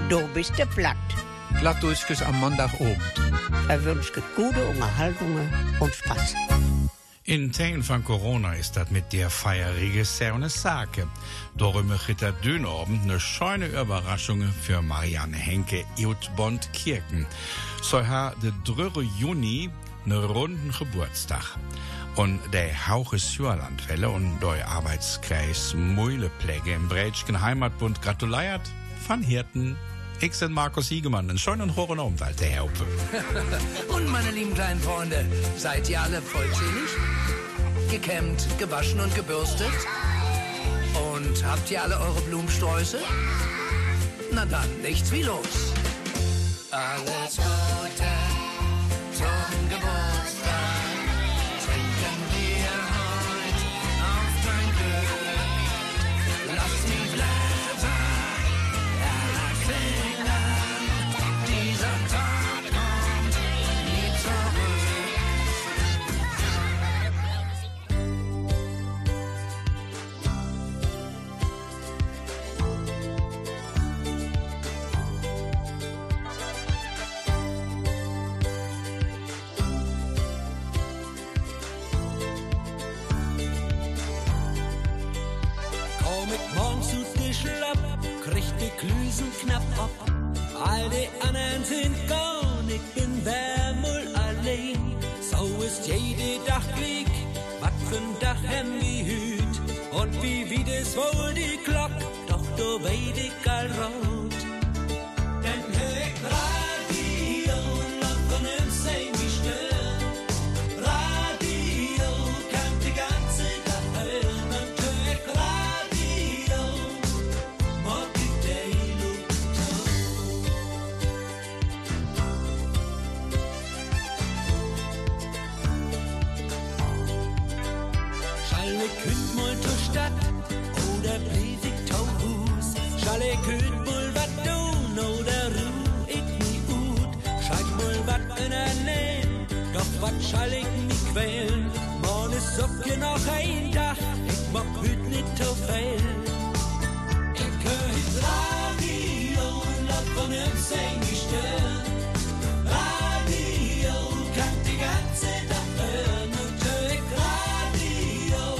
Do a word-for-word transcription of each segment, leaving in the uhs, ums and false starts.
Du bist du platt. Plattdeutsch am Montagabend. Er wünscht gute Unterhaltungen und Spaß. In Teilen von Corona ist das mit der feierige sehr eine Sache. Darum ist das Dünabend eine schöne Überraschung für Marianne Henke ut Bondkirchen. So hat der dritte Juni einen runden Geburtstag. Und der Hauches Jürlandwelle und der Arbeitskreis Mühlepläge im Breitschen Heimatbund gratuliert von Hirten. Ich bin Markus Hiegemann, einen schönen hohen Abend, alte Haupe. Und meine lieben kleinen Freunde, seid ihr alle vollzählig? Gekämmt, gewaschen und gebürstet? Und habt ihr alle eure Blumensträuße? Na dann, nichts wie los. Alles Gute zum Geburtstag. Trinken wir heute auf dein Glück. Lass die Bläser erklingen. Dieser Tag kommt nie zurück. Klüsen knapp ab, all die anderen sind gone, ich bin wärmul allein. So ist jede Dach Krieg, wat für'n Dach hem wie hüt, und wie wie das wohl die Glock, doch du weid ich all rot. Denn hör ich Radio, noch von ihm sei mich stört. Radio kann die ganze Dach hören, und hör ich Radio, mord Künd mal zur Stadt, oder blieb ich tau Hus. Schall ich künd mal wat tun, oder ruh ich mi ut. Scheig mal wat in der Nähe, doch wat schall ich mi quälen. Morgen ist Socke noch ein Tag, ich mag hüt nicht tau fehl. Ich hör hit Radio, laut von ihm sein gestört. Radio kann die ganze Tag hören, und hör ich Radio.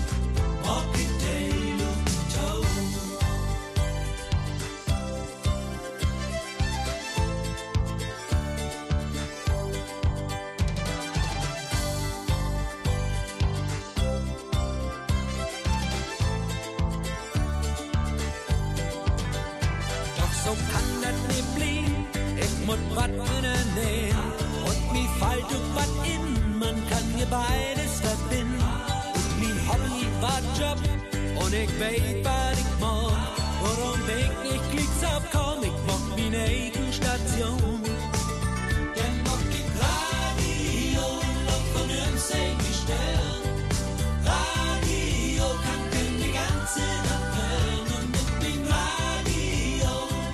So kann das nicht blieben, ich muss wat nähen. Und mi fällt up wat in, man kann hier beides verbinden. Und mi Hobby war Job, und ich weet wat ich mag. Warum ich nicht Klicks aufkomm, ich mag mi eigen Station. Denn mag ich Radio, noch von ihm sei gestört. Radio kann denn die ganze Nacht hören, und ich bin Radio.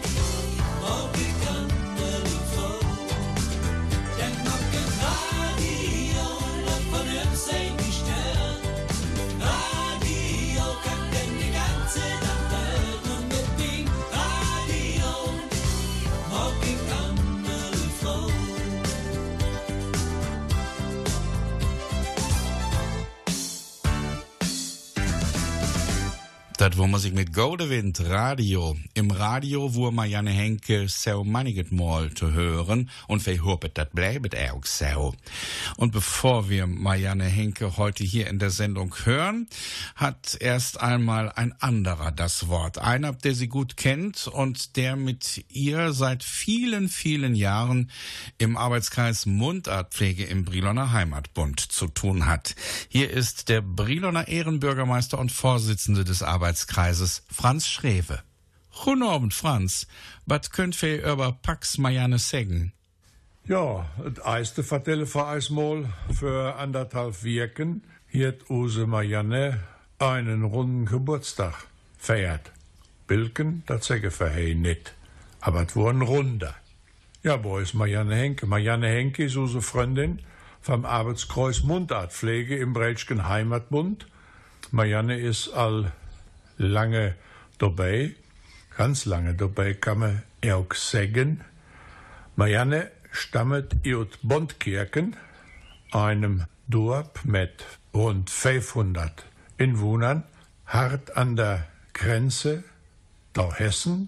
Das wo man sich mit Goldewind Radio. Im Radio wo Marianne Henke so maniget Mal zu hören und wir hoffen, das bleibt auch so. Und bevor wir Marianne Henke heute hier in der Sendung hören, hat erst einmal ein anderer das Wort. Einer, der sie gut kennt und der mit ihr seit vielen, vielen Jahren im Arbeitskreis Mundartpflege im Briloner Heimatbund zu tun hat. Hier ist der Briloner Ehrenbürgermeister und Vorsitzende des Arbeitskreises Kreises Franz Schrewe. Guten Abend, Franz. Was könnt ihr über Pax Marianne sagen? Ja, das erste vertelle für einmal für anderthalb Wochen hier hat unsere Marianne einen runden Geburtstag feiert. Bilken, das sage für hey nicht. Aber es war ein runder. Ja, wo ist Marianne Henke? Marianne Henke ist unsere Freundin vom Arbeitskreis Mundartpflege im Breitschen Heimatbund. Marianne ist all lange dabei ganz lange dabei kann man auch sagen, Marianne stammt aus Bondkirchen, einem Dorf mit rund fünfhundert Einwohnern, hart an der Grenze der Hessen,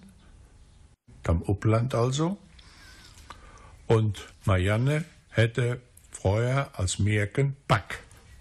am Upland also. Und Marianne hätte vorher als Märchen Back.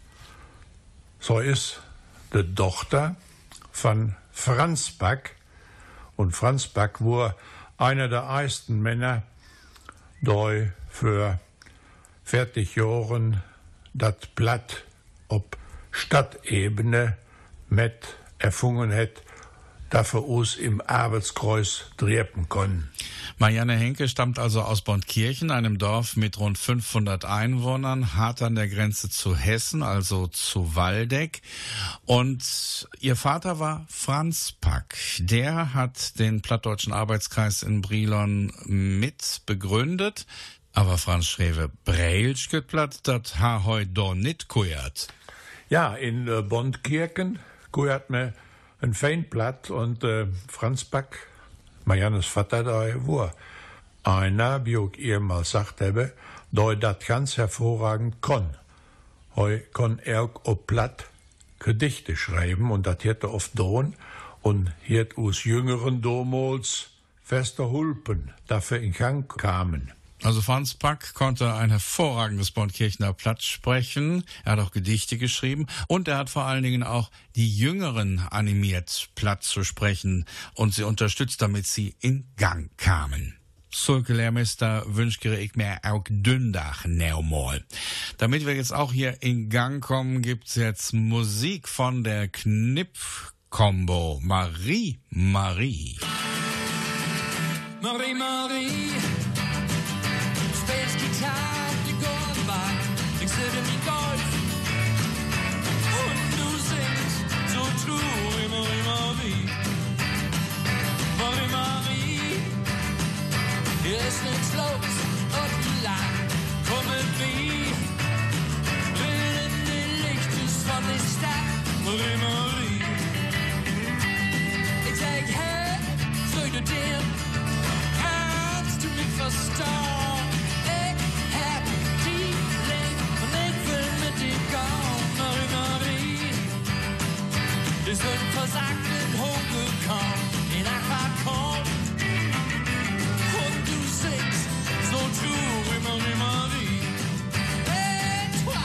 So ist die Tochter von Franz Back. Und Franz Back war einer der ersten Männer, der für vierzig Jahren das Blatt auf Stadtebene mit erfunden hat, dafür uns im Arbeitskreuz treten können. Marianne Henke stammt also aus Bondkirchen, einem Dorf mit rund fünfhundert Einwohnern, hart an der Grenze zu Hessen, also zu Waldeck. Und ihr Vater war Franz Pack. Der hat den Plattdeutschen Arbeitskreis in Brilon mit begründet. Aber Franz Schrewe, Breilschke Platt, das ha heu do nit kuert. Ja, in äh, Bondkirchen kuert me ein Feinblatt und äh, Franz Pack, Mariannes Vater, da war einer, wie ich ihr mal gesagt habe, der das ganz hervorragend kon. Heu kon er auch Blatt Gedichte schreiben und das hätte oft Don und hiert aus jüngeren Domals fester Hulpen, dafür in Gang kamen. Also Franz Pack konnte ein hervorragendes Bondkirchener Platt sprechen. Er hat auch Gedichte geschrieben und er hat vor allen Dingen auch die Jüngeren animiert, Platt zu sprechen und sie unterstützt, damit sie in Gang kamen. Sulke Lehrmeister wünsche ich mir auch Dündach neumol. Damit wir jetzt auch hier in Gang kommen, gibt's jetzt Musik von der Knipp-Kombo. Marie, Marie. Marie, Marie. Space guitar, die going by. Ich sitze in Golf. Und du singst so true, Marie, Marie. Marie, Marie. Hier ist nichts los und lang. Komm mit mir. Will in die Lichtes von der Stadt. Marie, Marie. Ich sag, hey, soll du dir? Kannst du mich verstehen? Wir sind versagt in hochgekommen, in Aquacon. Und du singst so true, Marie, Marie. Et toi!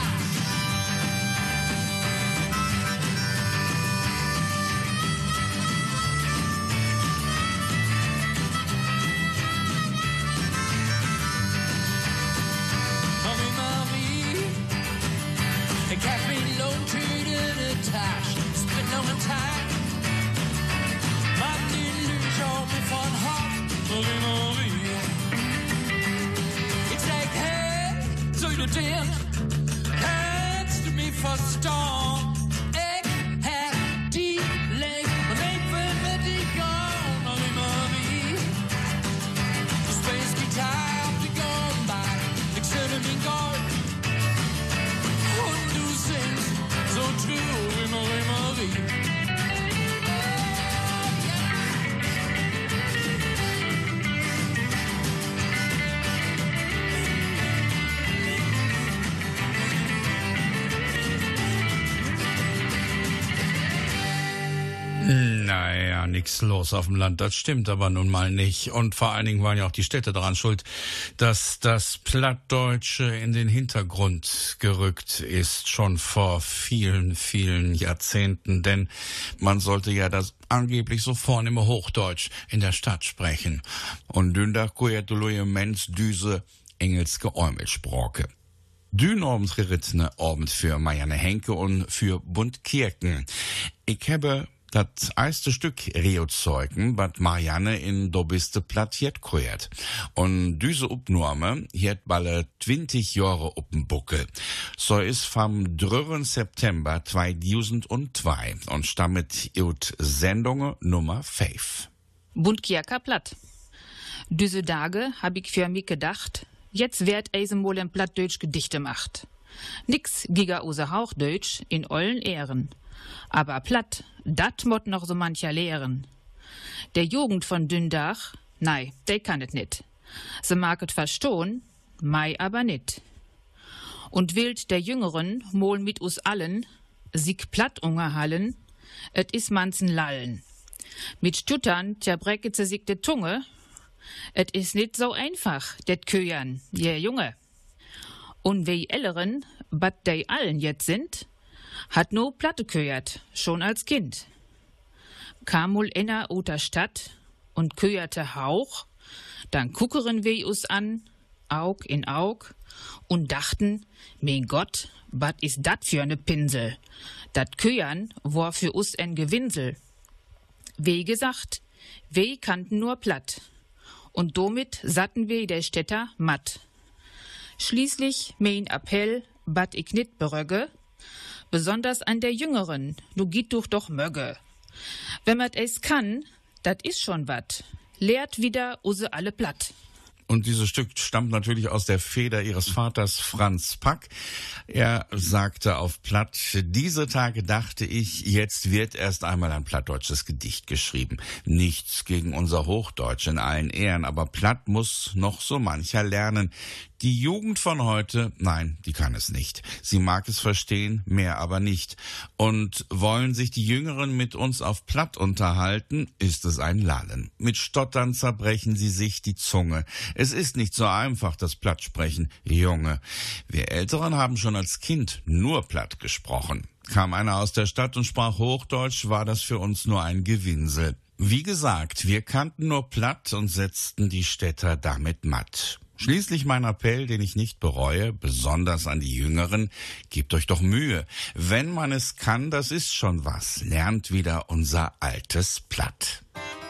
Marie, Marie. Ik heb mijn loontüte in de Tasche. Noch ein Tag, man die Lüge auf mich von Hand, Marie, Marie. Ich sag, hey, soll du dir, kannst du mich verstehen? Ich hab die Link und ich will mit dir gehen, Marie, Marie. Die Space Guitar auf die Gone by, ich sitze mein Gold. Und du singst so true, Marie, Marie. Naja, nix los auf dem Land, das stimmt aber nun mal nicht. Und vor allen Dingen waren ja auch die Städte daran schuld, dass das Plattdeutsche in den Hintergrund gerückt ist, schon vor vielen, vielen Jahrzehnten. Denn man sollte ja das angeblich so vornehme Hochdeutsch in der Stadt sprechen. Und Dündach kujet du Mens düse engelske Eumelsproke. Dünabend gerittene Abend für Marianne Henke und für Bundkirchen. Ich habe das erste Stück Reozeugen, was Marianne in Dobiste plattiert kuert. Und diese Upnahme hiert balle zwanzig Jahre up'n Buckel. So ist vom dritten September zweitausendzwei und stammet ut Sendung Nummer fünf. Bundkircher Platt. Diese Tage hab ich für mich gedacht, jetzt werd eisenmol ein Plattdeutsch Gedichte macht. Nix giga use Hauchdeutsch in ollen Ehren. Aber platt, dat mott noch so mancher lehren. Der Jugend von Dündach, nei, de kann et nit. Se mag et verstohn, mei aber nit. Und wild der Jüngeren, mol mit us allen, sieg platt ungerhallen, et is manzen lallen. Mit Stuttern zerbrecket se sich de Tunge, et is nit so einfach, det Köjern, je Junge. Und wei elleren, bat dei allen jetzt sind, hat no Platte köjert, schon als Kind. Kam mol inner uter Stadt und köjerte Hauch, dann guckeren wir us an, Aug in Aug, und dachten, mein Gott, wat is dat für ne Pinsel? Dat Köjern war für us en Gewinsel. Wie gesagt, wir kannten nur platt, und domit satten wir der Städter matt. Schließlich mein Appell bat ich nit berögge, besonders an der Jüngeren, du geht doch doch mögge. Wenn mat es kann, dat is schon wat, lehrt wieder use alle platt. Und dieses Stück stammt natürlich aus der Feder ihres Vaters Franz Pack. Er sagte auf Platt, diese Tage dachte ich, jetzt wird erst einmal ein plattdeutsches Gedicht geschrieben. Nichts gegen unser Hochdeutsch in allen Ehren, aber Platt muss noch so mancher lernen. Die Jugend von heute, nein, die kann es nicht. Sie mag es verstehen, mehr aber nicht. Und wollen sich die Jüngeren mit uns auf Platt unterhalten, ist es ein Lallen. Mit Stottern zerbrechen sie sich die Zunge. Es ist nicht so einfach, das Plattsprechen, Junge. Wir Älteren haben schon als Kind nur Platt gesprochen. Kam einer aus der Stadt und sprach Hochdeutsch, war das für uns nur ein Gewinsel. Wie gesagt, wir kannten nur Platt und setzten die Städter damit matt. Schließlich mein Appell, den ich nicht bereue, besonders an die Jüngeren, gebt euch doch Mühe. Wenn man es kann, das ist schon was. Lernt wieder unser altes Platt.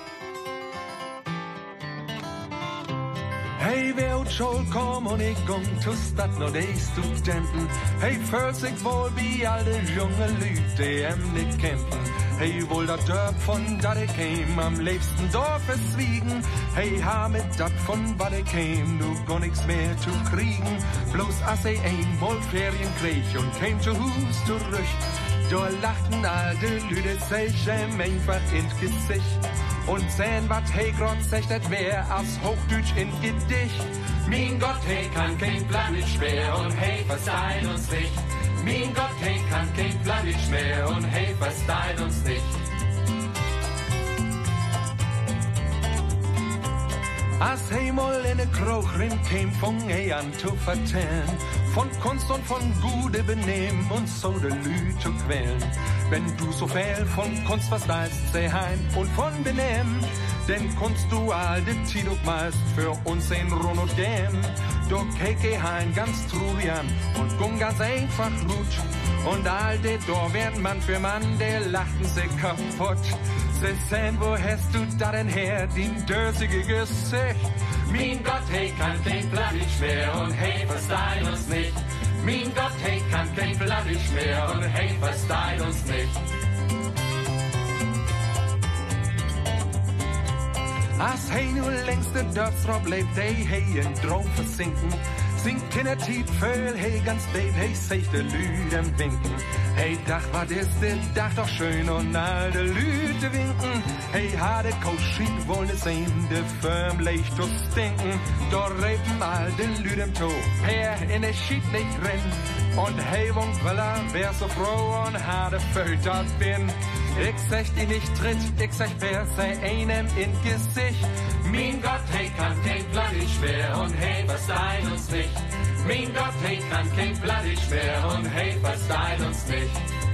Hey, wild Schul, komm und ich komm zu Stadt noch die Studenten. Hey, fühlt sich wohl wie alle junge Leute, die em nicht kämpfen. Hey, wohl dat Dörp von dat ich käm, am liebsten Dorf ist Zwiegen. Hey, ha mit dat von wat ich käm, du gar nix mehr zu kriegen. Bloß as ich einmal Ferien krieg und käm zu Hus zurück. Da lachten alte Lüde sich einfach ins Gesicht. Und sehn, wat hey grad secht, et wär as Hochdeutsch in Gedicht. Mein Gott, hey, kann kein Plan nicht schwer und hey, verstehn uns nicht. Mein Gott, hey, kann kein Plan nicht mehr und hey, verstehn uns nicht. As hey mal in ne Krochrin käm, fong hey an zu vertellen. Von Kunst und von gute Benehmen und so de Lü zu quälen. Wenn du so viel von Kunst verstehst, seh heim und von Benehmen, denn Kunst du alte Tiduk meist für uns in Rund und Gäm. Du keke hein ganz truly an und gung ganz einfach gut. Und alte, da werden Mann für Mann, der lachten sich kaputt. Se sehn, wo hast du da denn her, din dösige Gesicht? Mein Gott, hey, kann kein Plan nicht mehr und hey, verstehn uns nicht. Mein Gott, hey, kann kein Plan nicht mehr und hey, verstehn uns nicht. As hey nu längst de Dörfsrau bleibt, hey, hey, in Traum versinken. Singt Kinder tief föhl, hey, ganz babe, hey, seichte Lüden winken. Hey, Dach, wat ist de Dach doch schön und all de Lüde winken. Hey, hade Koschit, wollen es sehen, de Firm leicht zu stinken. Da reiben all de Lüden to, per in de Schied nicht rennen. Und hey, wong Willa, wär so froh und hade Fötert bin. Ich sech die nicht tritt, ich sech wer sei einem in Gesicht. Mein Gott, hey, kann kein Plan nicht mehr und hey, verstehn uns nicht. Mein Gott, hey, kann kein Plan nicht mehr und hey, verstehn uns nicht.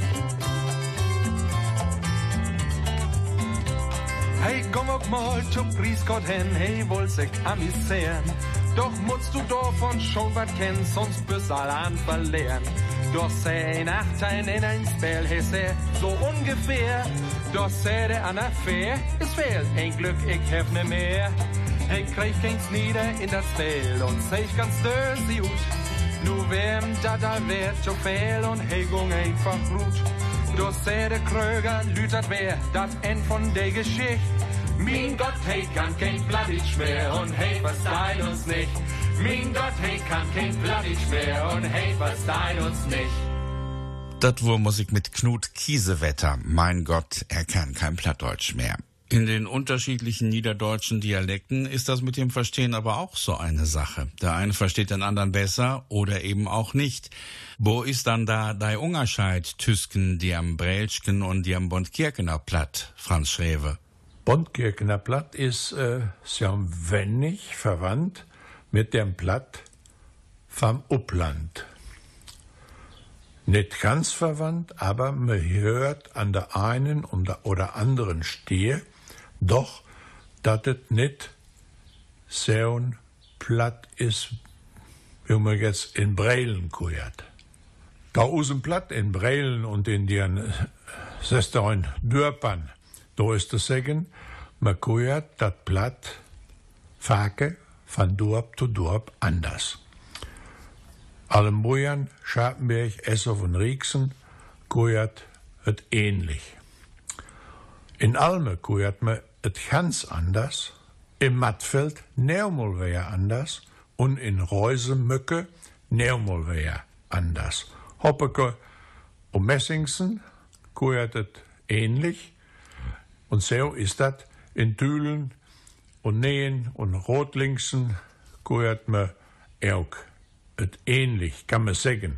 Hey, komm auch mal zu Priesgott hin, hey, wohl sich amüsieren. Doch musst du davon schon was kennen, sonst bist all an verlieren. Doch sei ein Achtein in ein Spell, hey, sei so ungefähr. Doch sei der an der Fair, es fehlt ein Glück, ich hef ne mehr. Hey, krieg keins nieder in das Fell und sei ich ganz dösi gut. Nu wem dat all wert so fehl und hey, gung einfach gut. Doch sei der Kröger, lütert wer, dat End von der Geschichte. Mein Gott, hey, kann kein Blatt nicht mehr und hey, verstehn uns nicht. Mein Gott, hey, kann kein Blatt nicht mehr und hey, verstehn uns nicht. Das war Musik mit Knut Kiesewetter. Mein Gott, er kann kein Plattdeutsch mehr. In den unterschiedlichen niederdeutschen Dialekten ist das mit dem Verstehen aber auch so eine Sache. Der eine versteht den anderen besser oder eben auch nicht. Wo ist dann da der Unterschied Tüsken, die am Brälschken und die am Bondkirchener Platt, Franz Schrewe? Bondkirchener Platt ist äh, sehr wenig verwandt mit dem Platt vom Uppland. Nicht ganz verwandt, aber man hört an der einen oder anderen Stier doch, dass es nicht so ein Platt ist, wie man jetzt in Breilen kuert. Da aus dem Platt in Breilen und in den sechzehn Dörpern, da ist das sagen, man kuert das Platt Fake von Dorp zu Dorp anders. Allenboyan, Scharpenberg, Essow und Rieksen kuert es ähnlich. In Alme kuert man es ganz anders, im Mattfeld neumol weer anders und in Reusemücke neumol weer anders. Hoppeke und Messingsen kuert es ähnlich und so ist das in Tülen und Nähen und Rotlingsen kuert man auch et ähnlich, kann man sagen.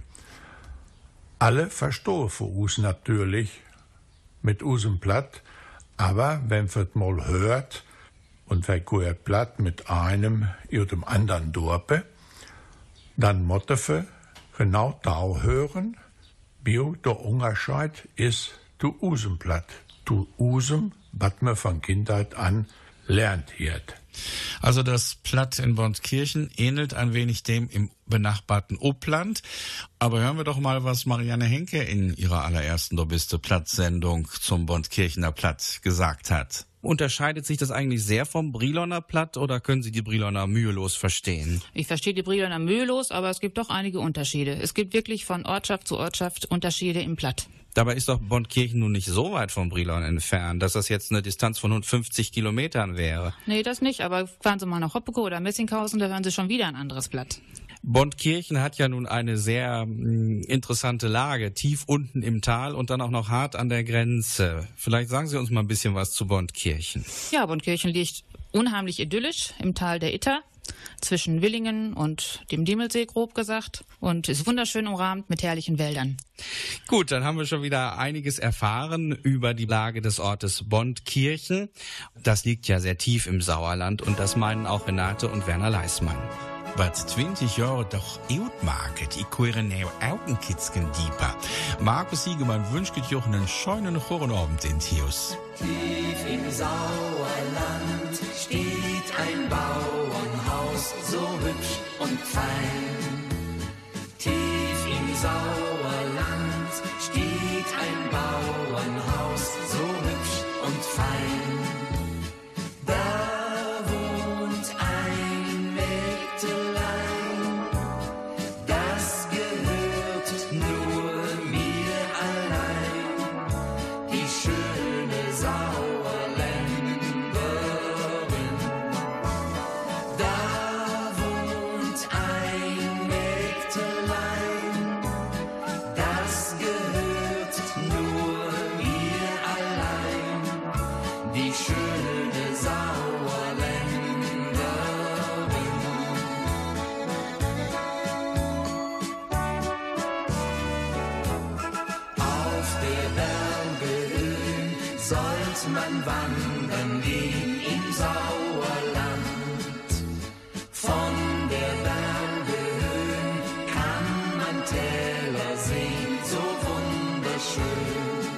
Alle verstehen von uns natürlich mit unserem Platt, aber wenn man es mal hört und wir kuert Platt mit einem oder dem anderen Dorpe, dann motte wir genau da hören, wie der Unterschied ist zu unserem Platt, zu unserem, was man von Kindheit an lernt hier. Also das Platt in Bondkirchen ähnelt ein wenig dem im benachbarten Uppland. Aber hören wir doch mal, was Marianne Henke in ihrer allerersten Dobiste Platt-Sendung zum Bondkirchener Platt gesagt hat. Unterscheidet sich das eigentlich sehr vom Briloner Platt oder können Sie die Briloner mühelos verstehen? Ich verstehe die Briloner mühelos, aber es gibt doch einige Unterschiede. Es gibt wirklich von Ortschaft zu Ortschaft Unterschiede im Platt. Dabei ist doch Bondkirchen nun nicht so weit von Brilon entfernt, dass das jetzt eine Distanz von hundertfünfzig Kilometern wäre. Nee, das nicht, aber fahren Sie mal nach Hoppeke oder Messinghausen, da hören Sie schon wieder ein anderes Platt. Bondkirchen hat ja nun eine sehr mh, interessante Lage, tief unten im Tal und dann auch noch hart an der Grenze. Vielleicht sagen Sie uns mal ein bisschen was zu Bondkirchen. Ja, Bondkirchen liegt unheimlich idyllisch im Tal der Itter, zwischen Willingen und dem Diemelsee, grob gesagt, und ist wunderschön umrahmt mit herrlichen Wäldern. Gut, dann haben wir schon wieder einiges erfahren über die Lage des Ortes Bondkirchen. Das liegt ja sehr tief im Sauerland und das meinen auch Renate und Werner Leismann. Was zwanzig Jahre doch gut market, ich kuere neu Augenkitzken dieper. Markus Siegemann wünscht euch einen schönen Abend in Tius. Tief im Sauerland steht ein Bauernhaus, so hübsch und fein. Tief im Sauerland steht ein Bauernhaus, so hübsch und fein. Da wohnt ein Mägdelein, das gehört nur mir allein, die schöne Sauerländerin. Da wohnt ein Mägdelein, das gehört nur mir allein, die schöne Sauerländerin. Auf der Berge Höhen sollt man wandern gehen im Sauerland. Von der Berge Höhen kann man Täler sehen, so wunderschön.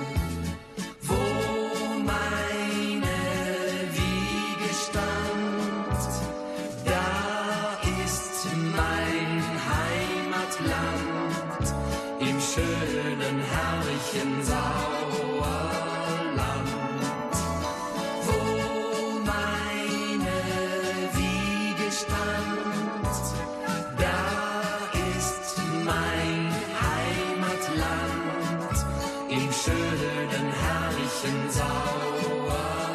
Wo meine Wiege stand, da ist mein Heimatland im schönen, herrlichen Sauerland. Wo meine Wiege stand, da ist mein Heimatland im schönen, herrlichen Sauerland.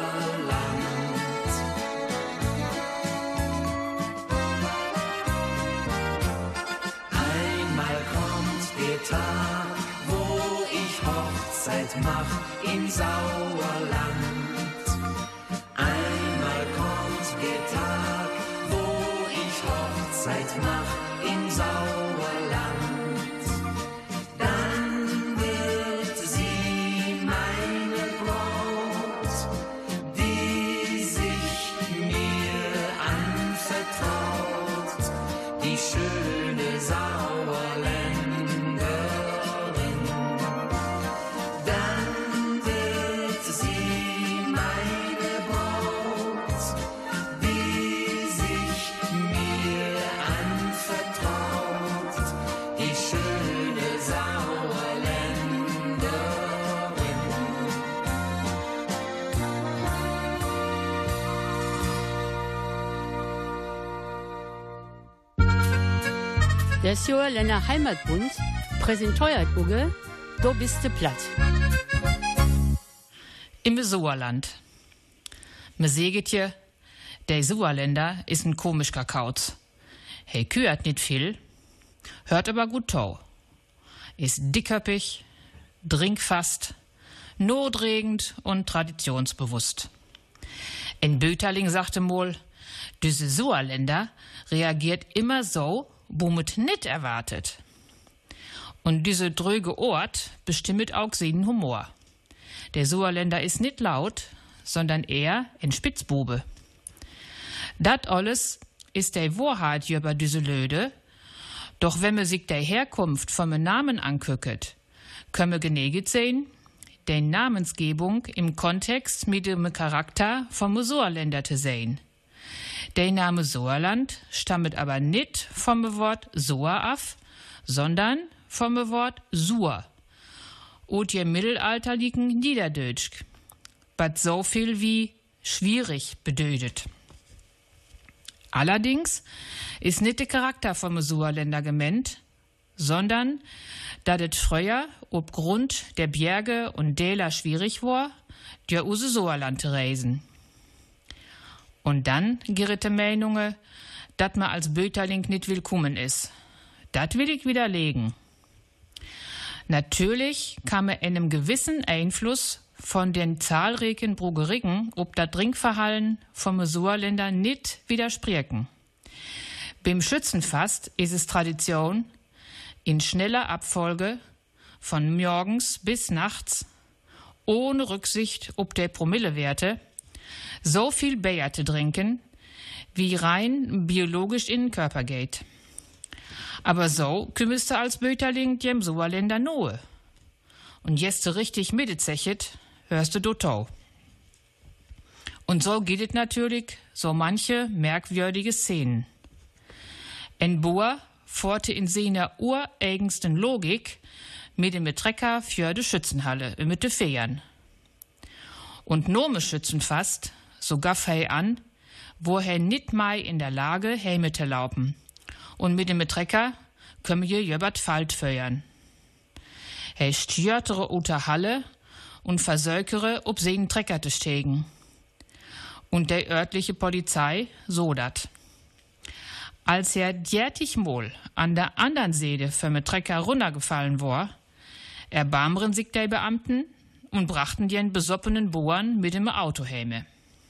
Einmal kommt der Tag, wo ich Hochzeit mach im Sauerland. Der Sauerländer Heimatbund präsentiert Uge, do bist du platt. Im Sauerland. Me seget je, der Sauerländer ist ein komischer Kauz. Hey, kürt nicht viel, hört aber gut tau. Ist dickköpfig, drinkfast, notregend und traditionsbewusst. Ein Böterling sagte mal, diese Sauerländer reagiert immer so, womit nit erwartet. Und diese dröge Ort bestimmt auch seinen Humor. Der Sauerländer ist nicht laut, sondern eher ein Spitzbube. Dat alles ist der Wahrheit über diese Löde, doch wenn man sich der Herkunft vom Namen anguckt, können wir geneigt sehen, der Namensgebung im Kontext mit dem Charakter vom Sauerländer zu sehen. Der Name Sauerland stammt aber nicht vom Wort Soa ab, sondern vom Wort Sur. Und ihr mittelalterlichen Niederdeutsch, was so viel wie schwierig bedeutet. Allerdings ist nicht der Charakter vom Sauerländer gemeint, sondern dass es früher aufgrund der Berge und Täler schwierig war, der use Sauerland zu reisen. Und dann gerite Meinungen, dass man als Böterling nicht willkommen ist. Das will ich widerlegen. Natürlich kann man einem gewissen Einfluss von den zahlreichen Brugerigen ob das Trinkverhalten vom Sauerländer nicht widersprechen. Beim Schützenfest ist es Tradition, in schneller Abfolge von morgens bis nachts, ohne Rücksicht ob der Promillewerte, so viel Bier zu trinken, wie rein biologisch in den Körper geht. Aber so kümmerst du als Böterling dem Sauerländer nohe. Und jetzt du richtig mitzechet, hörst du dotau. Und so geht es natürlich so manche merkwürdige Szenen. Ein Boer forte in seiner ureigensten Logik mit dem Trecker für die Schützenhalle, mit de Feiern. Und nome Schützenfast, so gaff hei an, wo er nicht mai in der Lage, Helme zu laufen. Und mit dem Trecker können wir jöbert Falt feuern. Er stürtere unter Halle und versökere, ob sie einen Trecker zu stegen. Und der örtliche Polizei so dat. Als er djertig Mol an der anderen Seite vom Trecker runtergefallen war, erbarmeren sich die Beamten und brachten den besoppenen Boern mit dem Auto heime.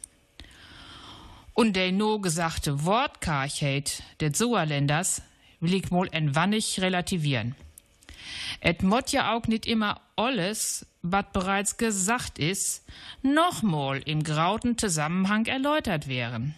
Und der no gesagte Wortkargheit des Sauerländers will ich wohl ein wannig relativieren. Et mott ja auch nicht immer alles, was bereits gesagt ist, nochmal im grauten Zusammenhang erläutert werden.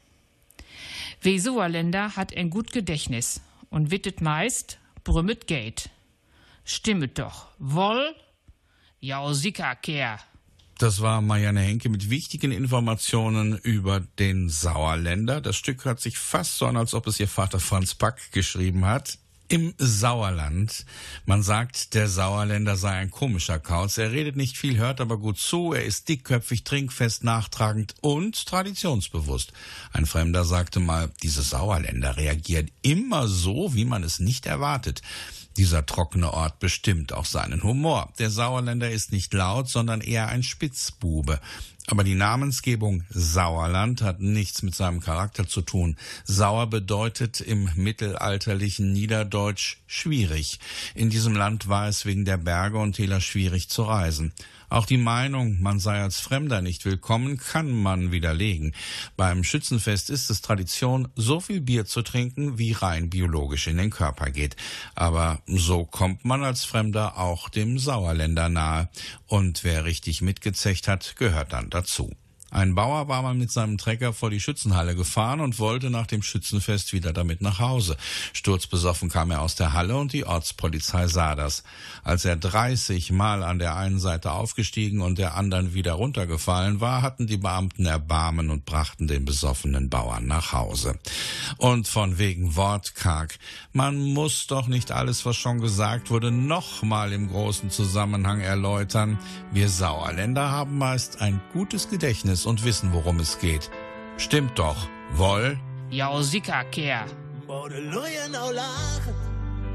Wie Sauerländer hat ein gut Gedächtnis und wittet meist, brümmet geht. Stimmet doch, woll, ja sicker Kehr. Das war Marianne Henke mit wichtigen Informationen über den Sauerländer. Das Stück hört sich fast so an, als ob es ihr Vater Franz Pack geschrieben hat. Im Sauerland. Man sagt, der Sauerländer sei ein komischer Kauz. Er redet nicht viel, hört aber gut zu. Er ist dickköpfig, trinkfest, nachtragend und traditionsbewusst. Ein Fremder sagte mal, diese Sauerländer reagieren immer so, wie man es nicht erwartet. Dieser trockene Ort bestimmt auch seinen Humor. Der Sauerländer ist nicht laut, sondern eher ein Spitzbube. Aber die Namensgebung Sauerland hat nichts mit seinem Charakter zu tun. Sauer bedeutet im mittelalterlichen Niederdeutsch schwierig. In diesem Land war es wegen der Berge und Täler schwierig zu reisen. Auch die Meinung, man sei als Fremder nicht willkommen, kann man widerlegen. Beim Schützenfest ist es Tradition, so viel Bier zu trinken, wie rein biologisch in den Körper geht. Aber so kommt man als Fremder auch dem Sauerländer nahe. Und wer richtig mitgezecht hat, gehört dann dazu. Ein Bauer war mal mit seinem Trecker vor die Schützenhalle gefahren und wollte nach dem Schützenfest wieder damit nach Hause. Sturzbesoffen kam er aus der Halle und die Ortspolizei sah das. Als er dreißig Mal an der einen Seite aufgestiegen und der anderen wieder runtergefallen war, hatten die Beamten Erbarmen und brachten den besoffenen Bauern nach Hause. Und von wegen wortkarg. Man muss doch nicht alles, was schon gesagt wurde, nochmal im großen Zusammenhang erläutern. Wir Sauerländer haben meist ein gutes Gedächtnis und wissen, worum es geht. Stimmt doch, woll? Ja, sicher, Kehr. Modeloja nou lachen,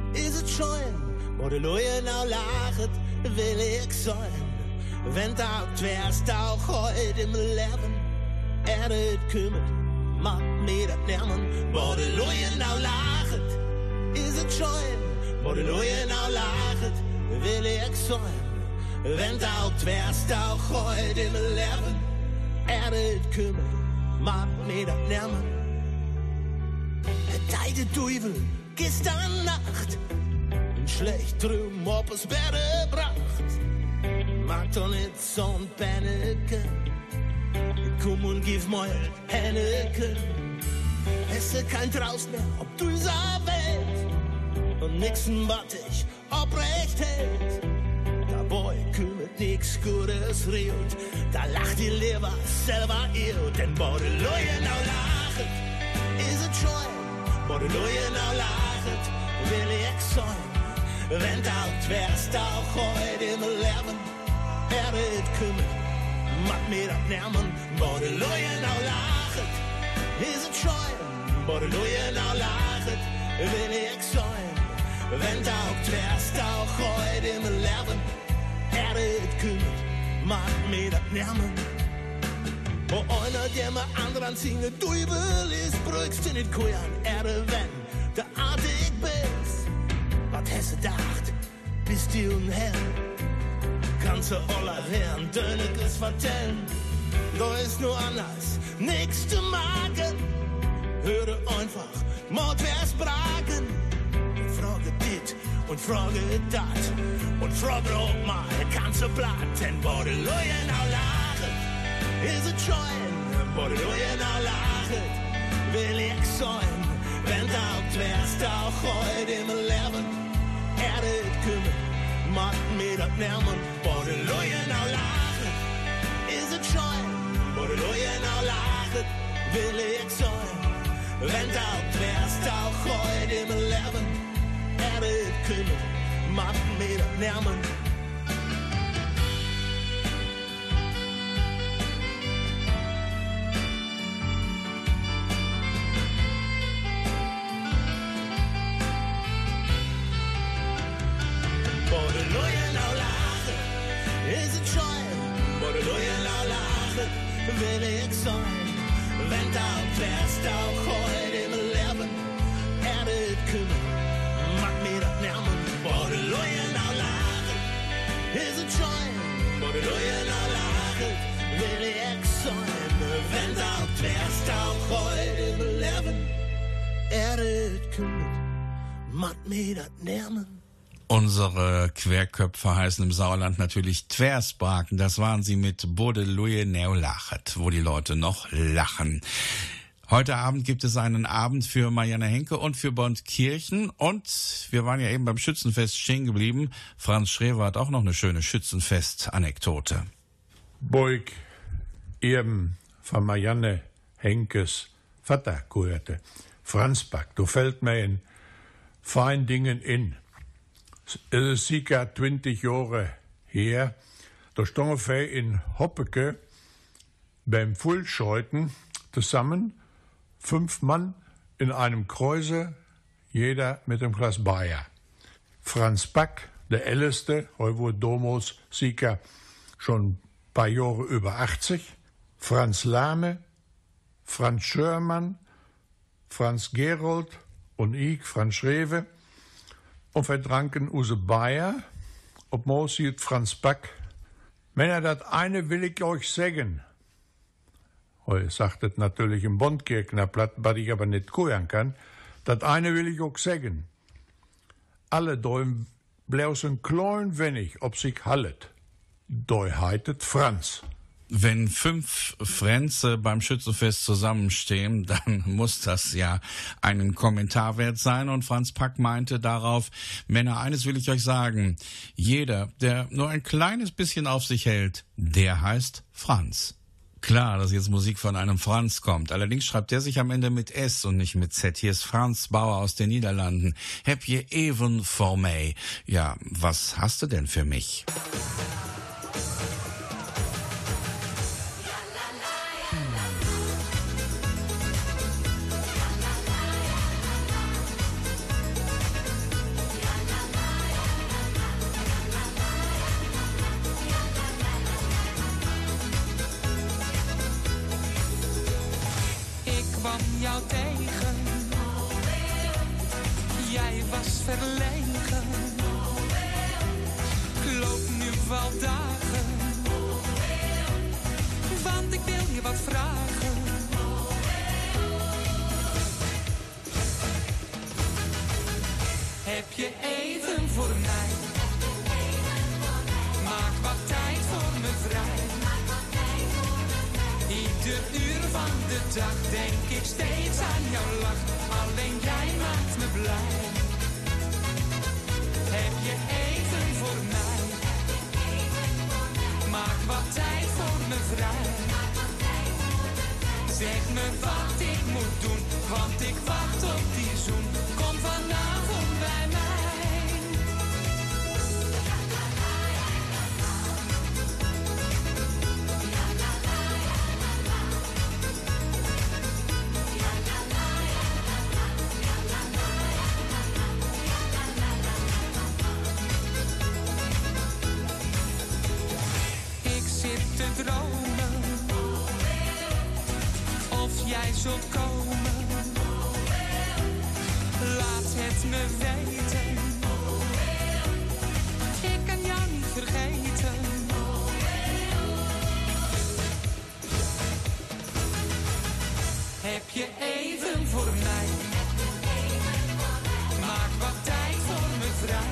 is het schoon, maar de loeien nou lachen, wil ik zijn. Wenn da twerst auch heute im Leben, er het kümmert, macht mir das Lärmen, maar de loeien nou lachen, is het schoon, maar de loeien nou lachen, wil ik zijn. Wenn da twerst auch heute im Leben, er het kümmert, macht mir das Lärmen. Der deide Teufel gestern Nacht ein schlecht Traum ob es Bett gebracht. Mag doch nicht so'n Panneke, komm und gib mal Henneke. Es ist kein Traus mehr ob dieser Welt und nixen, was ich obrecht hält. Dabei kümmert nix Gutes rielt, da lacht die Leber selber ihr, denn wo die Leute noch lachen, ist es schon. Wo de loeien nou lachen, wil ik zijn. Wenn oud wärst auch heute im Leben, er het kümmert, macht mir das Lärmen. Wo de loeien nou lachen, is het schön. Wo de loeien nou lachen, will ich sein. Wenn oud wärst auch heute im Leben, er het kümmert, macht mir das Lärmen. Wo einer, der mir anderen singe, du ist, brückst du nicht kujan, Erde, wenn der artig bist. Was hast du gedacht, bist du ein Herr? Kannst du aller Herren Dönekes vertellen? Da ist nur anders, nix zu machen. Höre einfach, Mord wär's bragen. Frage dit und frage dat und frage auch mal, kannst du blatt, denn wo die Leute now lachen, is het schoon, wo de loeien nou lachen, wil ik zijn. Wenn oud wärst auch heute im Leben, er het kümmert, macht mir das Lärmen. Wo de loeien nou lachen, is het schoon, wo de loeien nou lachen, will ich sein. Wenn oud wärst auch heute im Leben, er het kümmert, macht mir das Lärmen. Will ich sein, wenn oud wärst auch heute im Leben, er het kümmert, macht mir das Lärmen. Wo de loeien nou lachen, is het schön, wo de loeien nou lachen, will ich sein, wenn oud wärst auch heute im Leben, er het kümmert, macht mir das Lärmen. Unsere Querköpfe heißen im Sauerland natürlich Tversbraken. Das waren sie mit Bode Luje Neulachet, wo die Leute noch lachen. Heute Abend gibt es einen Abend für Marianne Henke und für Bondkirchen. Und wir waren ja eben beim Schützenfest stehen geblieben. Franz Schrewer hat auch noch eine schöne Schützenfest-Anekdote. Boig eben von Marianne Henkes Vater gehörte. Franz Back, du fällt mir in fein Dingen in. Es ist circa zwanzig Jahre her, da standen wir in Hoppeke beim Fullscheuten zusammen, fünf Mann in einem Kreuzer, jeder mit einem Glas Bayer. Franz Back, der Älteste, heute wurde damals circa schon ein paar Jahre über achtzig, Franz Lahme, Franz Schörmann, Franz Gerold und ich, Franz Schrewe. Und wir tranken use Bayer, ob Moos hielt Franz Back. Männer, das eine will ich euch sagen. Heu sagt es natürlich im Bondkirchner Blatt, was ich aber nicht kuren kann. Das eine will ich auch sagen. Alle Däum bloß ein klein wenig, ob sich hallet. Doi heitet Franz. Wenn fünf Fränze beim Schützenfest zusammenstehen, dann muss das ja einen Kommentar wert sein. Und Franz Pack meinte darauf, Männer, eines will ich euch sagen, jeder, der nur ein kleines bisschen auf sich hält, der heißt Franz. Klar, dass jetzt Musik von einem Franz kommt. Allerdings schreibt er sich am Ende mit S und nicht mit Z. Hier ist Franz Bauer aus den Niederlanden. Heb je even voor mij? Ja, was hast du denn für mich? kwam jou tegen. Jij was verlegen. Ik loop nu wel dagen. Want ik wil je wat vragen. Heb je even voor mij? Maak wat tijd voor me vrij. Ieder uur van de dag denk ik steeds aan jouw lach. Alleen jij maakt me blij. Heb je even voor mij? Maak wat tijd voor me vrij. Zeg me wat ik moet doen, want ik wacht op die zoen. Kom vanavond bij mij. Ik zit te dromen of jij zult komen. Laat het me weten. Ik kan jou niet vergeten. Heb je even voor mij? Maak wat tijd voor me vrij.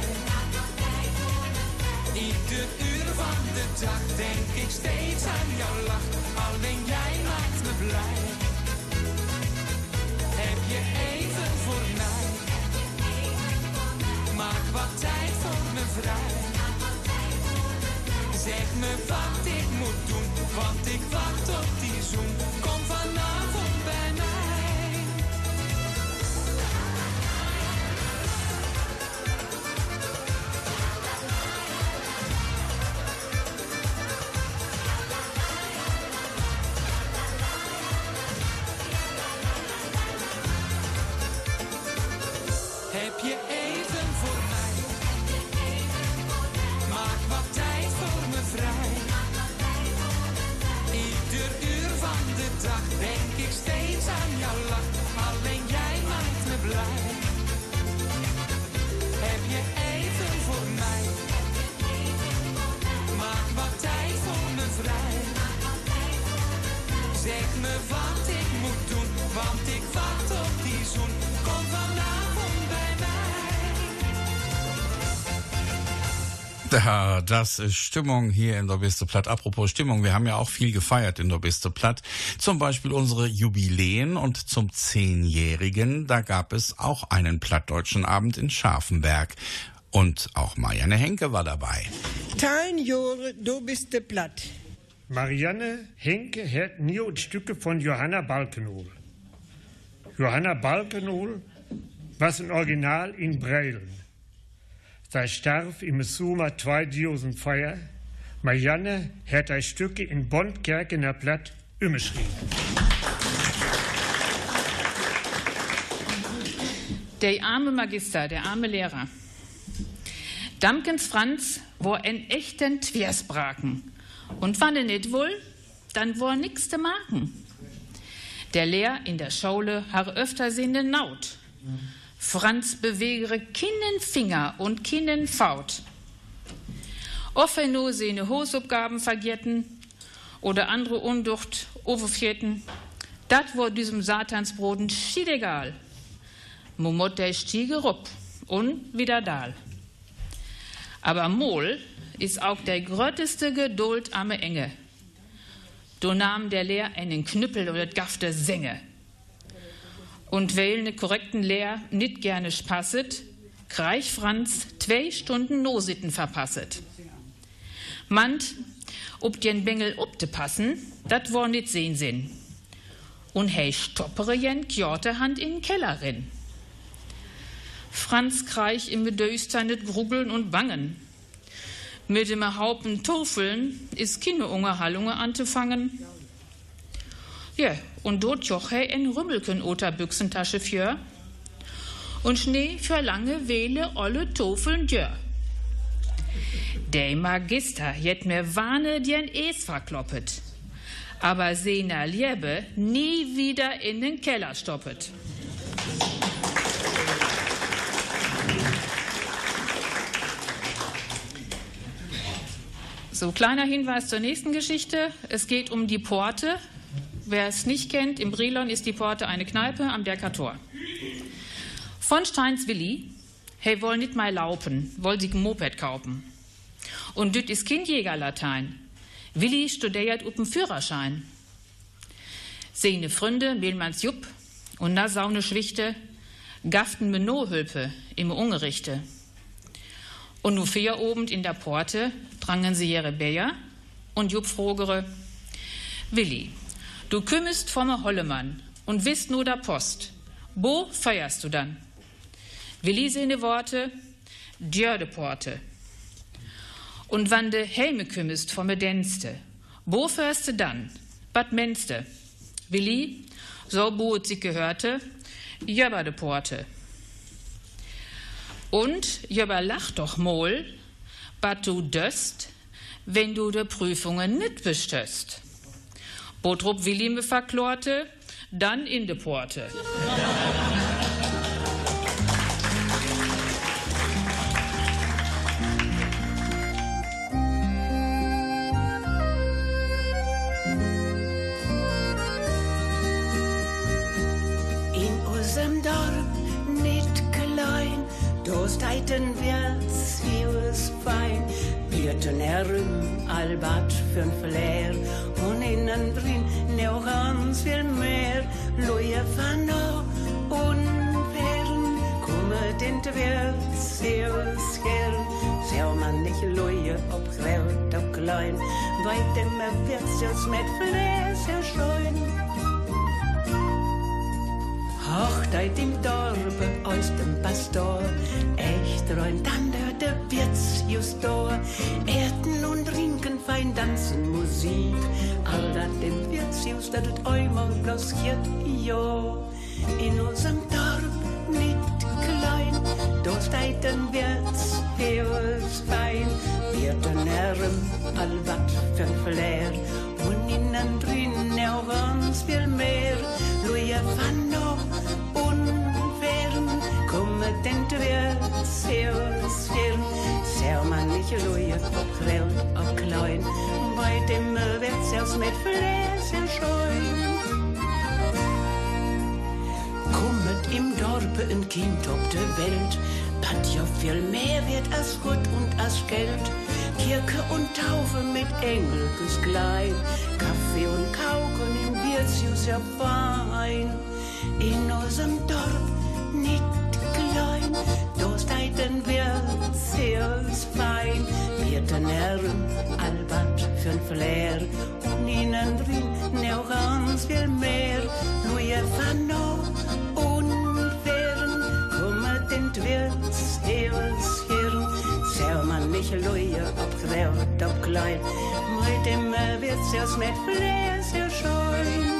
Ieder uur van de dag denk ik steeds aan jouw lach. Alleen jij maakt me blij. Heb je even voor mij? Maak wat tijd voor me vrij. Zeg me wat ik moet doen, want ik wacht op die zoen. Kom vanavond bij mij. Heb je even voor mij? Maak wat tijd voor me vrij. Ieder uur van de dag denk ik steeds aan jouw lach. Alleen jij maakt me blij. Heb je even voor mij? Maak wat tijd voor me vrij. Zeg me wat ik moet doen, want ik wacht op die zoen. Kom vanavond bij mij. Ja, das ist Stimmung hier in der Biste Platt. Apropos Stimmung, wir haben ja auch viel gefeiert in der Biste Platt. Zum Beispiel unsere Jubiläen und zum Zehnjährigen, da gab es auch einen plattdeutschen Abend in Scharfenberg. Und auch Marianne Henke war dabei. Dein Jahre, du bist de Platt. Marianne Henke hört nieuwe Stücke von Johanna Balkenhol. Johanna Balkenhol was ein Original in Breilen. Zij starb im Sommer tweeduizendvier. Marianne hat die Stücke in Bondkerkener Platt umgeschrieben. Der arme Magister, der arme Lehrer. Damkens Franz war ein echten Twiersbraken. Und wann er nicht wohl, dann war nix zu machen. Der Lehr in der Schule har öfter sinne Naut. Franz bewegere keinen Finger und keinen Faut. Oft er nur seine Hausaufgaben vergessen oder andere Unducht overfjeten, dat war diesem Satansbroden schiedegal. Mumot der stiege rup und wieder dal. Aber Mol ist auch der grötteste Geduld am Enge. Du nahm der Lehr einen Knüppel oder gaffte Sänge. Und weil ne korrekten Lehr nit gerne spasset, kreich Franz zwei Stunden Nositten verpasset. Mand, ob den Bengel obte passen, dat war nit sehn Sinn. Und hey stoppere jen kjorte Hand in den Keller rin. Franz kreich im Bedöster nit grubbeln und bangen. Mit dem Haupen Turfeln ist keine Ungerhallunge anzufangen. Ja, und dort joch he en Rümmelken oter Büchsentasche für und Schnee für lange Wehle olle Tofeln djör. Der Magister jet mir warne dien es verkloppet. aber seiner Liebe nie wieder in den Keller stoppet. So, kleiner Hinweis zur nächsten Geschichte. Es geht um die Porte. Wer es nicht kennt, im Brilon ist die Porte eine Kneipe am Derkator. Von Steins Willi, hey, woll nit mal laufen, woll sich ein Moped kaufen. Und düt is Kindjägerlatein. Willi studiert up'n Führerschein. Seine Freunde, Mehlmanns Jupp und na saune Schwichte, gaften me Nohülpe im Ungerichte. Und nu vier obend in der Porte drangen sie ihre Bäger und Jupp frogere, Willi, du kümmest vom Hollemann und wisst nur der Post. Wo feierst du dann? Willi seine Worte, Djör de Porte. Und wann de Helme kümmest vom Denste, wo fährst du dann? Bad Menste. Willi, so buet sie gehörte, Jöber de Porte. Und Jöber lach doch mol, bad du döst, wenn du de Prüfungen nit bestöst. Botrup Willi me verklorte, dann in de Porte. Steiten wird's vieles fein, Bierten herum, Albert für'n Flair, und innen drin noch ganz viel mehr. Luje Fanno und Fern, kommet in de wird's vieles gern. Schau man nicht Luje, ob groß, ob klein, weit immer wird's jetzt mit Fläse scheuen. Hochzeit im Dorfe aus dem Pastor, echt rein, dann hört der Wirts just da. Erden und trinken, fein tanzen, Musik, all dat dem Wirts just, dat het einmal bloßiert, ja. In unserem Dorf nicht klein, da steht den Wirts, heus fein. Wir den Herren, all wat für Flair, und innen drin auch ganz viel mehr. Luja Fanno und Fern, kommet den Wirts, heus fern. Schau man nicht Luja, ob groß, ob klein, bei dem Wirtshaus mit Fläse scheuen. Kommet im Dorfe ein Kind ob der Welt, bat ja viel mehr wird als Gut und als Geld. Kirche und Taufe mit Engel gleich, Kaffee und Kauken im Wirtshaus ja fein. In unserem Dorf nicht klein, da steht ein Wirtshaus fein. Wir den Herren, Albert für'n Flair, und innen drin noch ganz viel mehr. Luja Fanno und Fern, kommet in Wirts, Heels, Hirn. Schau man nicht Luja, ob groß, ob klein, mit dem Wirtshaus mit Fläse scheuen.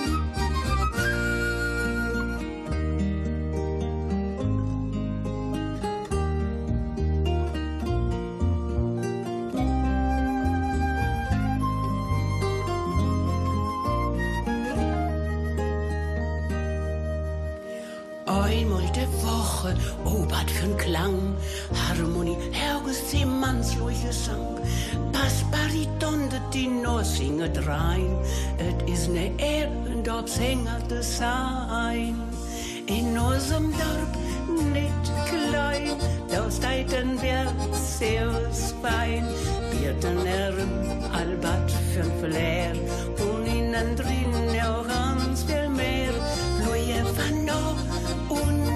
Obert für'n Klang, Harmonie, Herges Seemannsluche Sang, Bass, Bariton, det die nur singet rein, et is ne Ehre, dort singert es sein. In unserem Dorf nicht klein, da steiten wird's heus fein. Wir den Herren, Albert für'n Flair, und innen drin ja ganz viel mehr. Luje Fanno und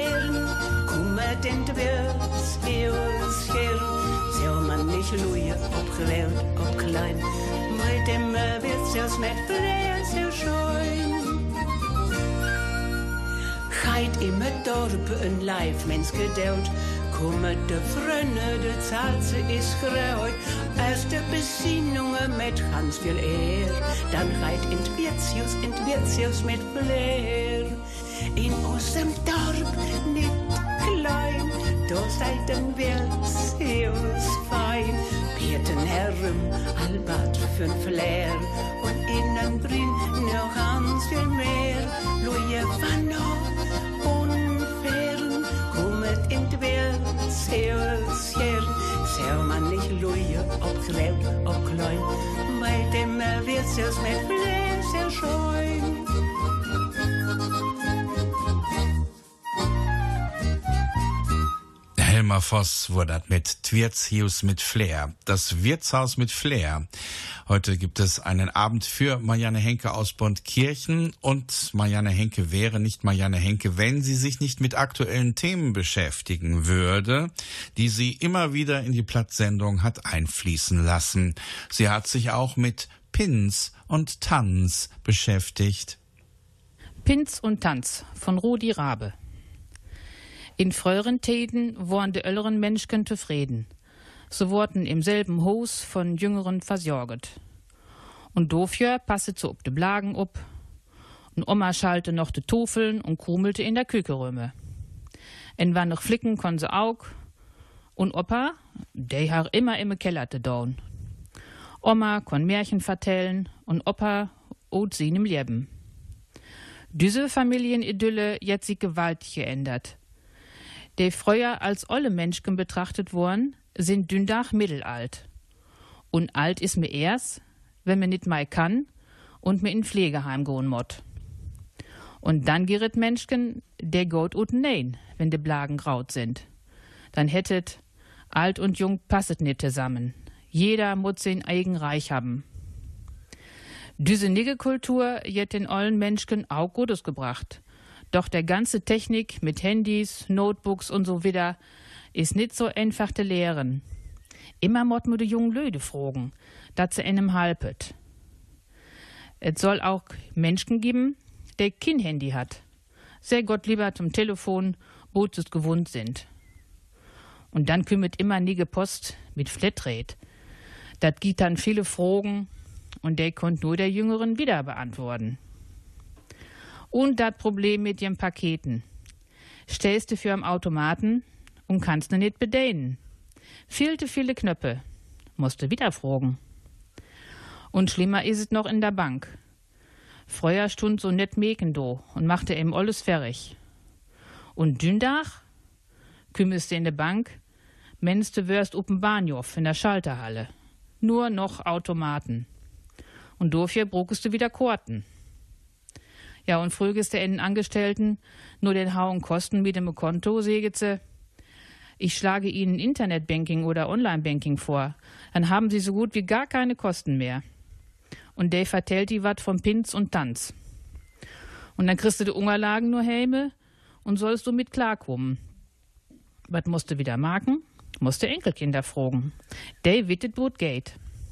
den Wirts, heus her, schau man nicht Luje, ob groß, ob klein, mit dem Wirtshaus mit Fläse scheuen. Heit im Dorpe ein Leifmens gedauert, kommet de Frönne, de Zalze is gereut, als de Besinnungen mit ganz viel Ehr, dann reit in Wirtshaus, in Wirtshaus mit Flair. In unserem Dorf nicht klein, da seid den Wirts, heus fein. Wir den Herren, Albert für'n Flair, und innen drin noch ganz viel mehr. Luje van noch unfairen, kommet in die Welt sehr schön. Sehr man nicht Luje, ob groß, ob klein, bei dem wird's es mit Fleisch sehr schön. Helmer Voss wurde das mit Wirtshaus mit Flair. Das Wirtshaus mit Flair. Heute gibt es einen Abend für Marianne Henke aus Bondkirchen. Und Marianne Henke wäre nicht Marianne Henke, wenn sie sich nicht mit aktuellen Themen beschäftigen würde, die sie immer wieder in die Plattsendung hat einfließen lassen. Sie hat sich auch mit Pins und Tanz beschäftigt. Pins und Tanz von Rudi Rabe. In früheren Täten waren die älteren Menschen zufrieden. Sie wurden im selben Haus von Jüngeren versorgt. Und dafür passte sie ob de Blagen ob. Und Oma schalte noch de Tofeln und krumelte in der Küche rümme. En wann noch flicken kon sie auch. Und Opa, der har immer im Keller te down. Oma kon Märchen vertellen und Opa ot sie im Leben. Diese Familienidylle jetzt sich gewaltig geändert. Die früher als olle Menschen betrachtet worden, sind dündach mittelalt. Und alt ist mir erst, wenn man nicht mal kann und mir in Pflegeheim gehen mott. Und dann gerät Menschen, der geht ut nein, wenn de Blagen graut sind. Dann hättet alt und jung passet nicht zusammen. Jeder muss sein eigen Reich haben. Diese Niggekultur jet den ollen Menschen auch Gutes gebracht. Doch der ganze Technik mit Handys, Notebooks und so wieder ist nicht so einfach zu lehren. Immer mott mu de jungen Löde fragen, dat se einem halpet. Es soll auch Menschen geben, der kein Handy hat. Sehr Gott lieber zum Telefon, wo sie es gewohnt sind. Und dann kümmert immer nie Post mit Flatrate. Dat gibt dann viele Fragen und der konnt nur der Jüngeren wieder beantworten. Und das Problem mit den Paketen. Stellst du für am Automaten und kannst du nicht bedienen. Fehlte viele Knöpfe. Musste wieder fragen. Und schlimmer ist es noch in der Bank. Früher stund so net Meken do und machte eben alles fertig. Und dündach kümmerst du in der Bank, mennst du wirst up'n Bahnhof in der Schalterhalle. Nur noch Automaten. Und dafür brauchst du wieder Korten. Ja, und früher ist der in den Angestellten nur den Hauen Kosten mit dem Konto, säget sie. Ich schlage Ihnen Internetbanking oder Online-Banking vor. Dann haben Sie so gut wie gar keine Kosten mehr. Und der vertellt die wat von Pins und Tanz. Und dann kriegst du die Unterlagen nur Helme und sollst du mit klarkommen. Was musst du wieder machen? Musst du Enkelkinder fragen. Der wittet, wo geht.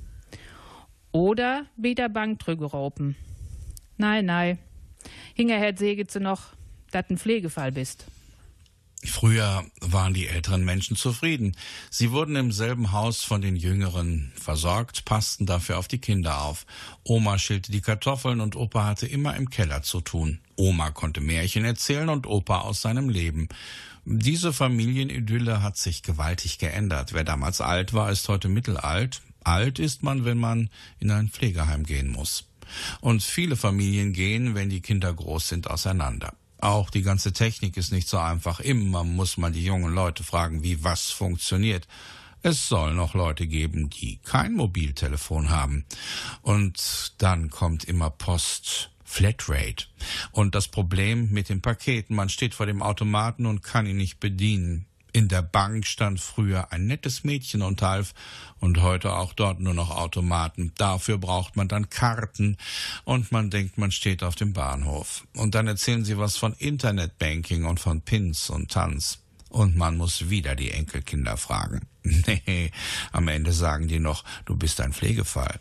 Oder wieder Banktrüge raupen. Nein, nein. Hingerher säget sie noch, dass ein Pflegefall bist. Früher waren die älteren Menschen zufrieden. Sie wurden im selben Haus von den Jüngeren versorgt, passten dafür auf die Kinder auf. Oma schälte die Kartoffeln und Opa hatte immer im Keller zu tun. Oma konnte Märchen erzählen und Opa aus seinem Leben. Diese Familienidylle hat sich gewaltig geändert. Wer damals alt war, ist heute mittelalt. Alt ist man, wenn man in ein Pflegeheim gehen muss. Und viele Familien gehen, wenn die Kinder groß sind, auseinander. Auch die ganze Technik ist nicht so einfach. Immer muss man die jungen Leute fragen, wie was funktioniert. Es soll noch Leute geben, die kein Mobiltelefon haben. Und dann kommt immer Post, Flatrate. Und das Problem mit den Paketen, man steht vor dem Automaten und kann ihn nicht bedienen. In der Bank stand früher ein nettes Mädchen und half und heute auch dort nur noch Automaten. Dafür braucht man dann Karten und man denkt, man steht auf dem Bahnhof. Und dann erzählen sie was von Internetbanking und von Pins und Tanz. Und man muss wieder die Enkelkinder fragen. Nee, am Ende sagen die noch, du bist ein Pflegefall.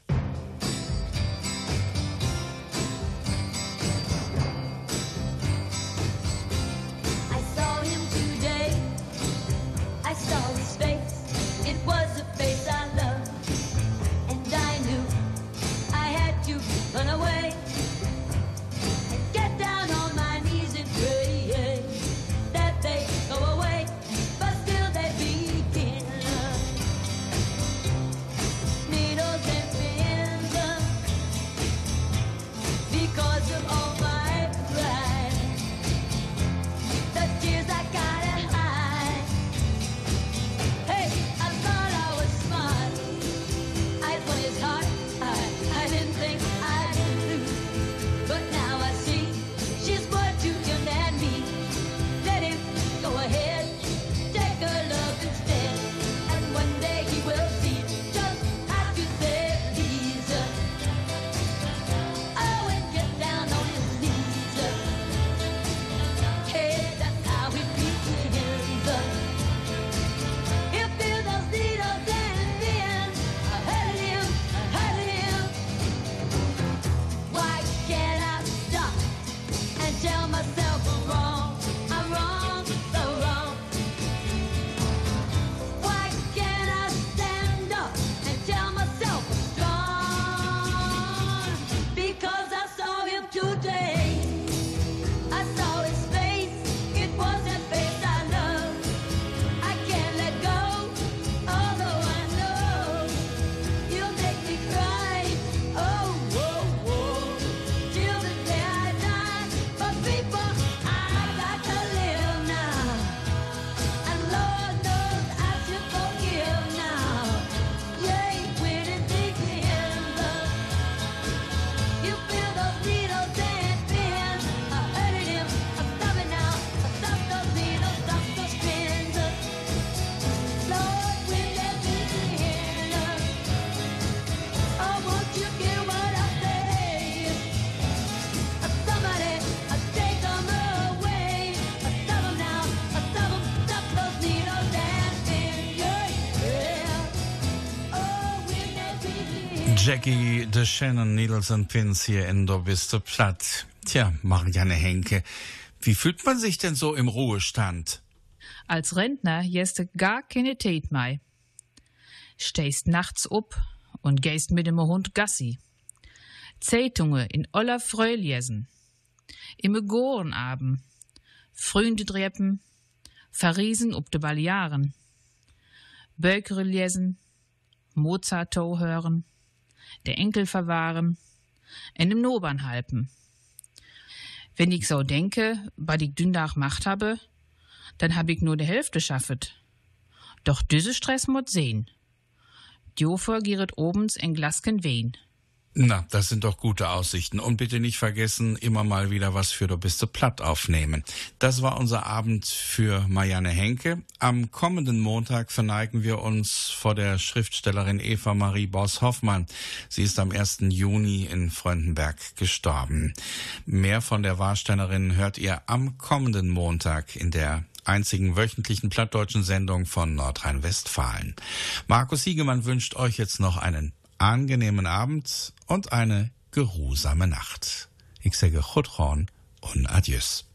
Needles and pins. Jackie de Shannon, Needles and Pins hier in Du bist du platt. Tja, Marianne Henke, wie fühlt man sich denn so im Ruhestand? Als Rentner jeste gar keine Tät mei. Stehst nachts up und gehst mit dem Hund Gassi. Zeitungen in aller Freu lesen. Im Gorenabend. Freunde treppen. Verriesen ob de Balearen. Bökere lesen. Mozart hören. Der Enkel verwahren. En im Nobern halpen. Wenn ich so denke, was ich dündach macht habe, dann hab ich nur die Hälfte schaffet. Doch diese Stress mut sehen. Jofer gieret obens en Glasken Wein. Na, das sind doch gute Aussichten. Und bitte nicht vergessen, immer mal wieder was für Du bist du platt aufnehmen. Das war unser Abend für Marianne Henke. Am kommenden Montag verneigen wir uns vor der Schriftstellerin Eva Marie Boss-Hoffmann. Sie ist am ersten Juni in Fröndenberg gestorben. Mehr von der Warsteinerin hört ihr am kommenden Montag in der einzigen wöchentlichen plattdeutschen Sendung von Nordrhein-Westfalen. Markus Siegemann wünscht euch jetzt noch einen angenehmen Abend und eine geruhsame Nacht. Ich sage Chutron und Adieus.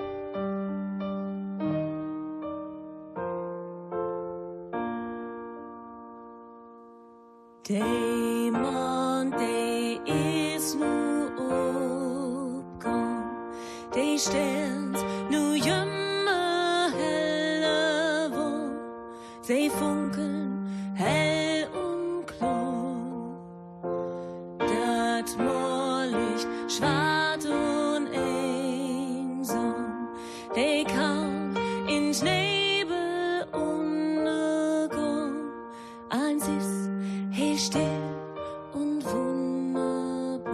Der Mond, der ist nu aufgegangen, der Stern nu immer heller war, sie funkeln hell und klar, das Mondlicht schwarz und einsam, der kam in Nebel untergang, eins ist hey still und wunderbar.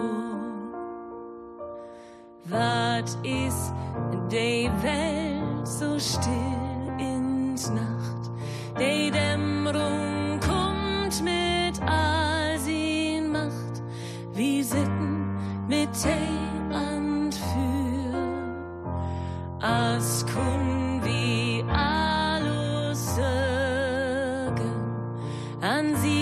Wat ist die Welt so still ins Nacht? Die Dämmerung kommt mit all sin Macht. Wir sitten mit Tee und für, als kun wir alles sagen an sie.